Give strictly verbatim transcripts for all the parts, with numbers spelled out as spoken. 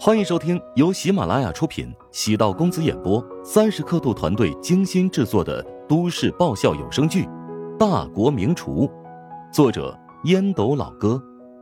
欢迎收听由喜马拉雅出品，喜道公子演播，三十刻度团队精心制作的都市爆笑有声剧《大国名厨》，作者烟斗老哥。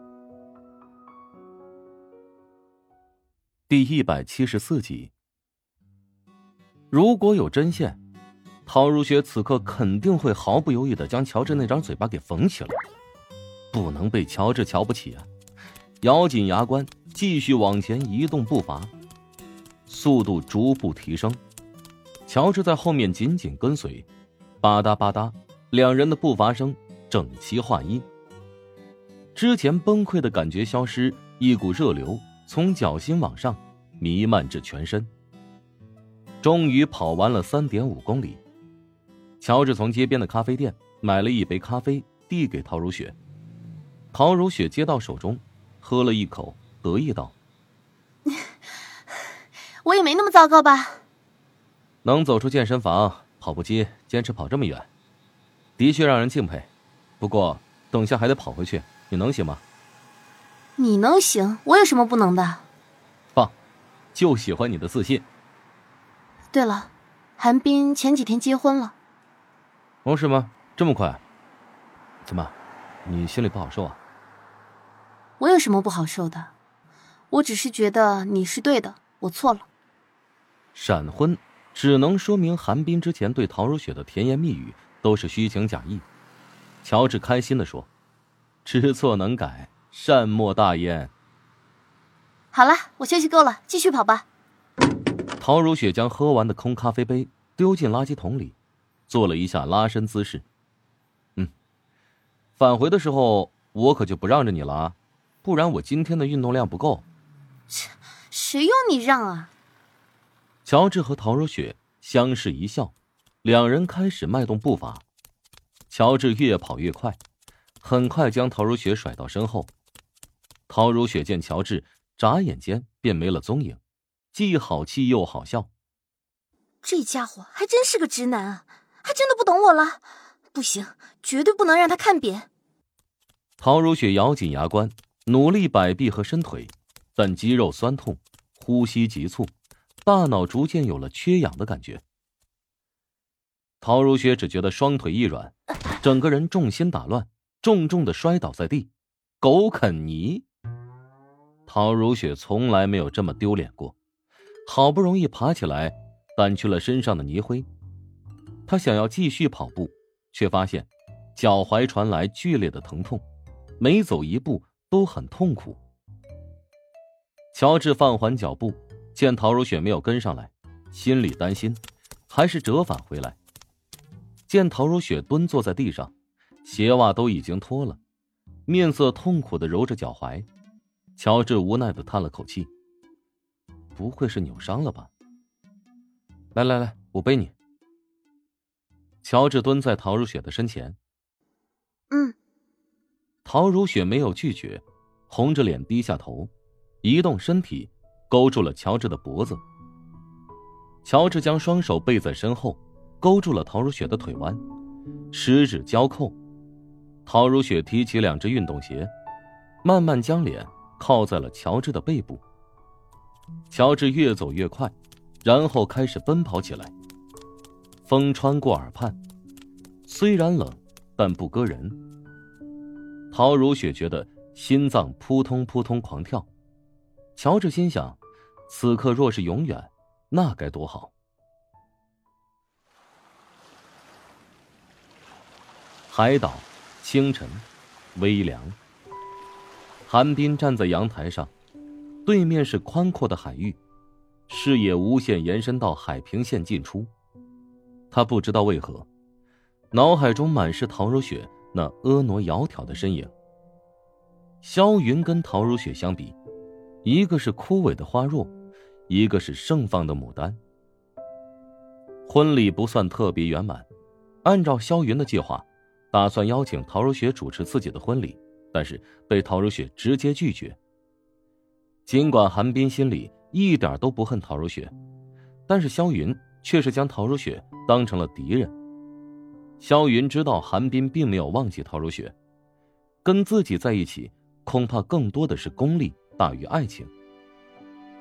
第一百七十四集。如果有针线，陶如雪此刻肯定会毫不犹豫地将乔治那张嘴巴给缝起来，不能被乔治瞧不起啊！咬紧牙关，继续往前移动步伐，速度逐步提升。乔治在后面紧紧跟随，吧嗒吧嗒，两人的步伐声整齐划一。之前崩溃的感觉消失，一股热流从脚心往上弥漫至全身。终于跑完了 三点五公里，乔治从街边的咖啡店买了一杯咖啡，递给陶如雪。陶如雪接到手中，喝了一口，得意道： 我也没那么糟糕吧。 能走出健身房，跑步机坚持跑这么远，的确让人敬佩。不过等下还得跑回去，你能行吗？ 你能行，我有什么不能的？ 棒，就喜欢你的自信。 对了，韩冰前几天结婚了。 哦，是吗？这么快？怎么，你心里不好受啊？ 我有什么不好受的？我只是觉得你是对的，我错了。 闪婚只能说明韩冰之前对陶如雪的甜言蜜语都是虚情假意。乔治开心地说：知错能改，善莫大焉。 好了，我休息够了，继续跑吧。 陶如雪将喝完的空咖啡杯丢进垃圾桶里，做了一下拉伸姿势。嗯，返回的时候我可就不让着你了啊，不然我今天的运动量不够。 谁用你让啊？ 乔治和陶如雪相视一笑，两人开始迈动步伐。乔治越跑越快，很快将陶如雪甩到身后。陶如雪见乔治，眨眼间便没了踪影，既好气又好笑。 这家伙还真是个直男啊，还真的不懂我了。不行，绝对不能让他看扁。 陶如雪咬紧牙关，努力摆臂和伸腿，但肌肉酸痛，呼吸急促，大脑逐渐有了缺氧的感觉。陶如雪只觉得双腿一软，整个人重心打乱，重重的摔倒在地。狗啃泥！陶如雪从来没有这么丢脸过，好不容易爬起来，掸去了身上的泥灰。她想要继续跑步，却发现脚踝传来剧烈的疼痛，每走一步都很痛苦。乔治放缓脚步，见陶如雪没有跟上来，心里担心，还是折返回来。见陶如雪蹲坐在地上，鞋袜都已经脱了，面色痛苦地揉着脚踝。乔治无奈地叹了口气，不会是扭伤了吧？来来来，我背你。乔治蹲在陶如雪的身前。 嗯。 陶如雪没有拒绝，红着脸低下头，移动身体，勾住了乔治的脖子。乔治将双手背在身后，勾住了陶如雪的腿弯，十指交扣。陶如雪提起两只运动鞋，慢慢将脸靠在了乔治的背部。乔治越走越快，然后开始奔跑起来。风穿过耳畔，虽然冷，但不割人。陶如雪觉得心脏扑通扑通狂跳。乔治心想，此刻若是永远，那该多好。海岛，清晨，微凉。韩冰站在阳台上，对面是宽阔的海域，视野无限延伸到海平线尽出。他不知道为何，脑海中满是陶如雪那婀娜窈窕的身影。萧云跟陶如雪相比，一个是枯萎的花若，一个是盛放的牡丹。婚礼不算特别圆满，按照萧云的计划，打算邀请陶如雪主持自己的婚礼，但是被陶如雪直接拒绝。尽管韩冰心里一点都不恨陶如雪，但是萧云却是将陶如雪当成了敌人。萧云知道韩冰并没有忘记陶如雪，跟自己在一起恐怕更多的是功利大于爱情。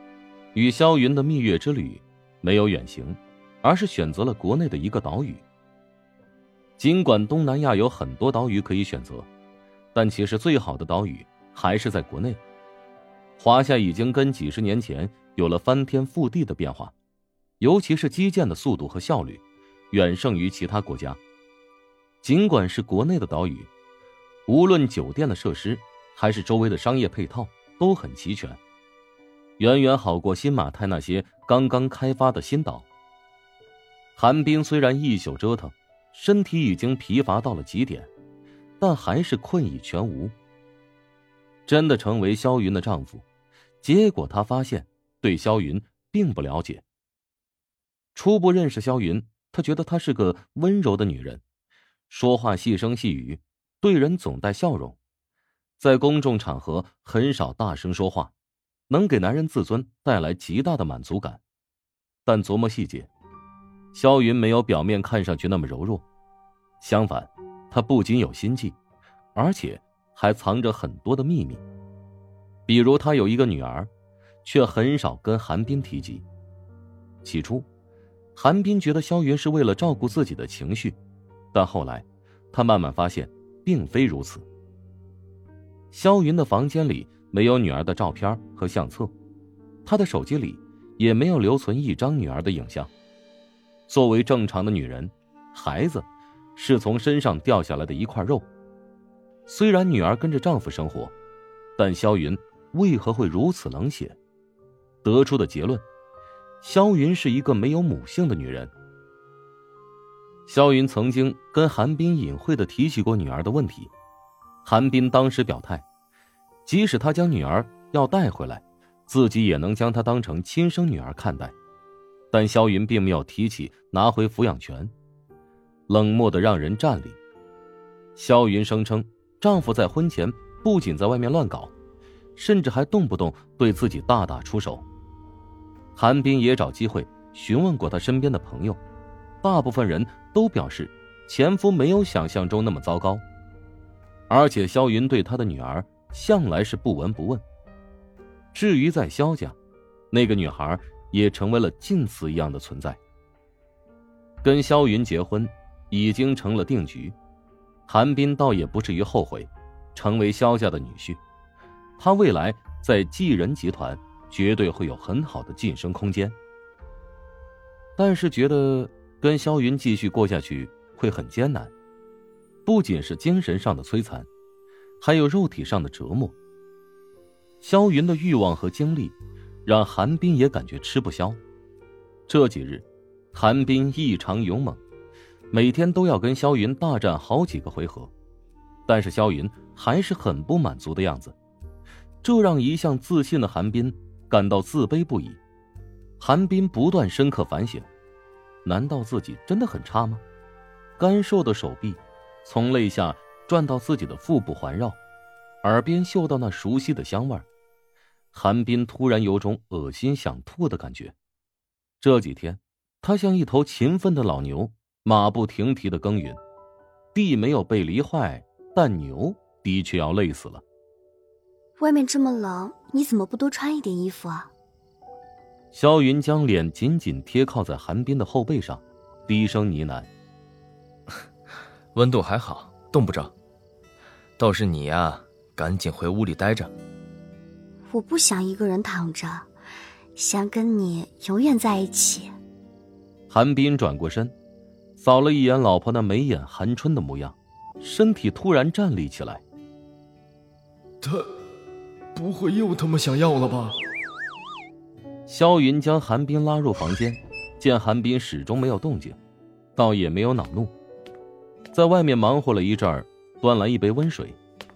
与萧云的蜜月之旅没有远行，而是选择了国内的一个岛屿。尽管东南亚有很多岛屿可以选择，但其实最好的岛屿还是在国内。华夏已经跟几十年前有了翻天覆地的变化，尤其是基建的速度和效率远胜于其他国家。尽管是国内的岛屿，无论酒店的设施还是周围的商业配套都很齐全，远远好过新马泰那些刚刚开发的新岛。韩冰虽然一宿折腾，身体已经疲乏到了极点，但还是困意全无。真的成为萧云的丈夫，结果他发现对萧云并不了解。初步认识萧云，他觉得她是个温柔的女人，说话细声细语，对人总带笑容，在公众场合很少大声说话，能给男人自尊带来极大的满足感。但琢磨细节，萧云没有表面看上去那么柔弱，相反，她不仅有心计，而且还藏着很多的秘密。比如她有一个女儿，却很少跟韩冰提及。起初韩冰觉得萧云是为了照顾自己的情绪，但后来他慢慢发现并非如此。萧云的房间里没有女儿的照片和相册，她的手机里也没有留存一张女儿的影像。作为正常的女人，孩子是从身上掉下来的一块肉。虽然女儿跟着丈夫生活，但萧云为何会如此冷血？得出的结论，萧云是一个没有母性的女人。萧云曾经跟韩冰隐晦地提起过女儿的问题，韩冰当时表态，即使他将女儿要带回来，自己也能将她当成亲生女儿看待。但萧云并没有提起拿回抚养权，冷漠得让人战栗。萧云声称丈夫在婚前不仅在外面乱搞，甚至还动不动对自己大打出手。韩冰也找机会询问过他身边的朋友，大部分人都表示前夫没有想象中那么糟糕，而且萧云对他的女儿向来是不闻不问。至于在萧家，那个女孩也成为了近似一样的存在。跟萧云结婚已经成了定局，韩冰倒也不至于后悔成为萧家的女婿，他未来在继人集团绝对会有很好的晋升空间。但是觉得跟萧云继续过下去会很艰难，不仅是精神上的摧残，还有肉体上的折磨。萧云的欲望和精力让韩冰也感觉吃不消。这几日韩冰异常勇猛，每天都要跟萧云大战好几个回合，但是萧云还是很不满足的样子，这让一向自信的韩冰感到自卑不已。韩冰不断深刻反省，难道自己真的很差吗？干瘦的手臂从肋下转到自己的腹部环绕，耳边嗅到那熟悉的香味儿，韩冰突然有种恶心想吐的感觉。这几天他像一头勤奋的老牛，马不停蹄的耕耘，地没有被犁坏，但牛的确要累死了。 外面这么冷，你怎么不多穿一点衣服啊？ 萧云将脸紧紧贴靠在韩冰的后背上，低声呢喃： 温度还好，冻不着。倒是你呀，赶紧回屋里待着。 我不想一个人躺着，想跟你永远在一起。 韩冰转过身，扫了一眼老婆那眉眼含春的模样，身体突然站立起来。 他不会又他妈想要了吧？ 萧云将韩冰拉入房间，见韩冰始终没有动静，倒也没有恼怒，在外面忙活了一阵儿，端来一杯温水。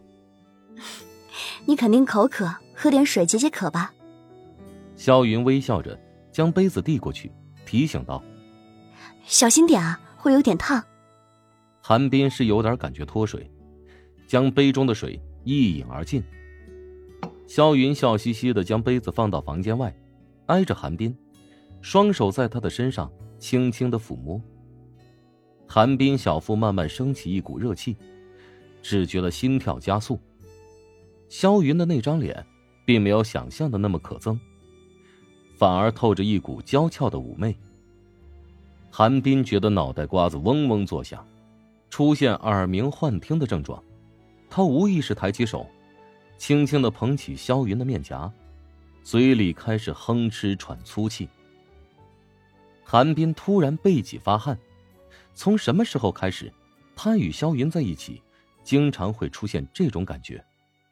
你肯定口渴，喝点水解解渴吧。 萧云微笑着将杯子递过去，提醒道： 小心点啊，会有点烫。 韩冰是有点感觉脱水，将杯中的水一饮而尽。萧云笑嘻嘻地将杯子放到房间外，挨着韩冰，双手在他的身上轻轻地抚摸。韩冰小腹慢慢升起一股热气，只觉得心跳加速。萧云的那张脸并没有想象的那么可憎， 反而透着一股娇俏的妩媚。韩冰觉得脑袋瓜子嗡嗡作响，出现耳鸣幻听的症状。他无意识抬起手，轻轻地捧起萧云的面颊，嘴里开始哼哧喘粗气。韩冰突然背脊发汗，从什么时候开始，他与萧云在一起经常会出现这种感觉。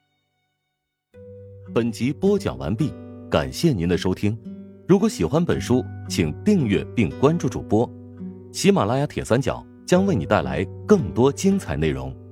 本集播讲完毕，感谢您的收听。如果喜欢本书，请订阅并关注主播。喜马拉雅铁三角将为你带来更多精彩内容。